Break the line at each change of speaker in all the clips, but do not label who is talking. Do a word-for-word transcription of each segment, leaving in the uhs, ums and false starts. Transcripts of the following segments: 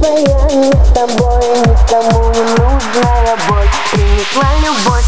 твоя, не с тобой, никому не нужная боль принесла любовь.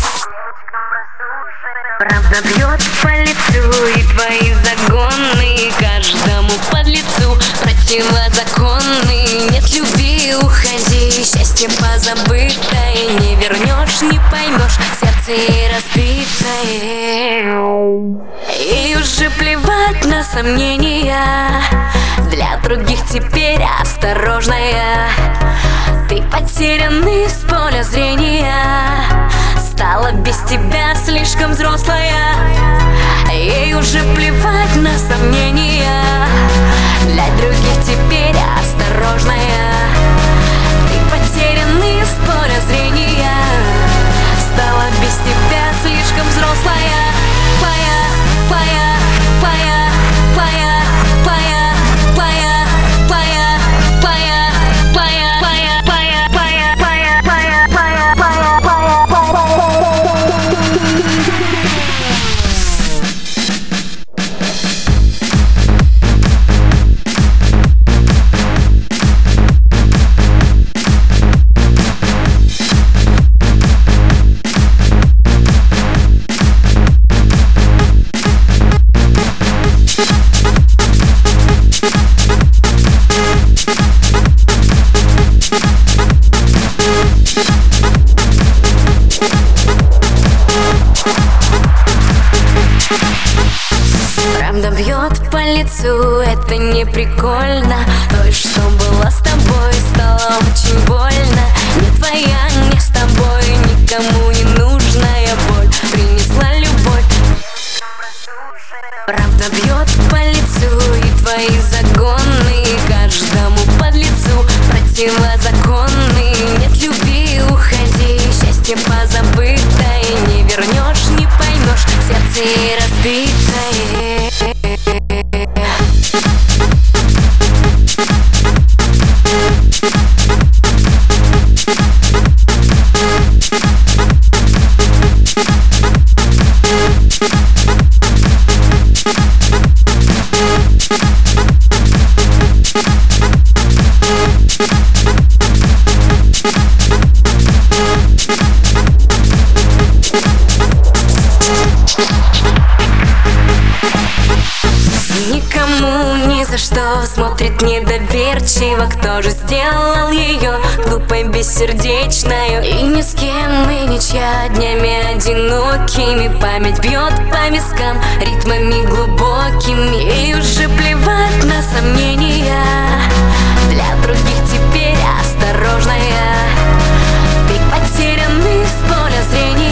Правда бьет по лицу, и твои загоны каждому подлецу противозаконны. Нет любви, уходи, счастье позабытое не вернешь, не поймешь, сердце разбитое. И уже плевать на сомнения, для других теперь осторожная. Ты потерянный с поля зрения, стала без тебя слишком взрослая. Ей уже плевать на сомнения, для других теперь осторожная. Ты потерянный с поля зрения, стала без тебя слишком взрослая. Пая, пая, пая, пая, пая, пая, пая, пая, пая, пая, пая, пая, пая, пая, пая, пая, пая, правда бьет по лицу, это не прикольно. Той, что была с тобой, стало очень больно. Не твоя, не с тобой, никому не нужная боль принесла любовь. Правда бьет по лицу, и твои загоны каждому подлецу противозаконны. Нет любви, уходи, счастье позабытое не вернешь, не поймешь, сердце разбитое. Никому ни за что смотрит недоверчиво. Кто же сделал ее глупой, бессердечной? И ни с кем мы ничья, днями одинокими. Память бьет по вискам ритмами глубокими. И уже плевать на сомнения, для других теперь осторожная. Ты потерянный с поля зрения,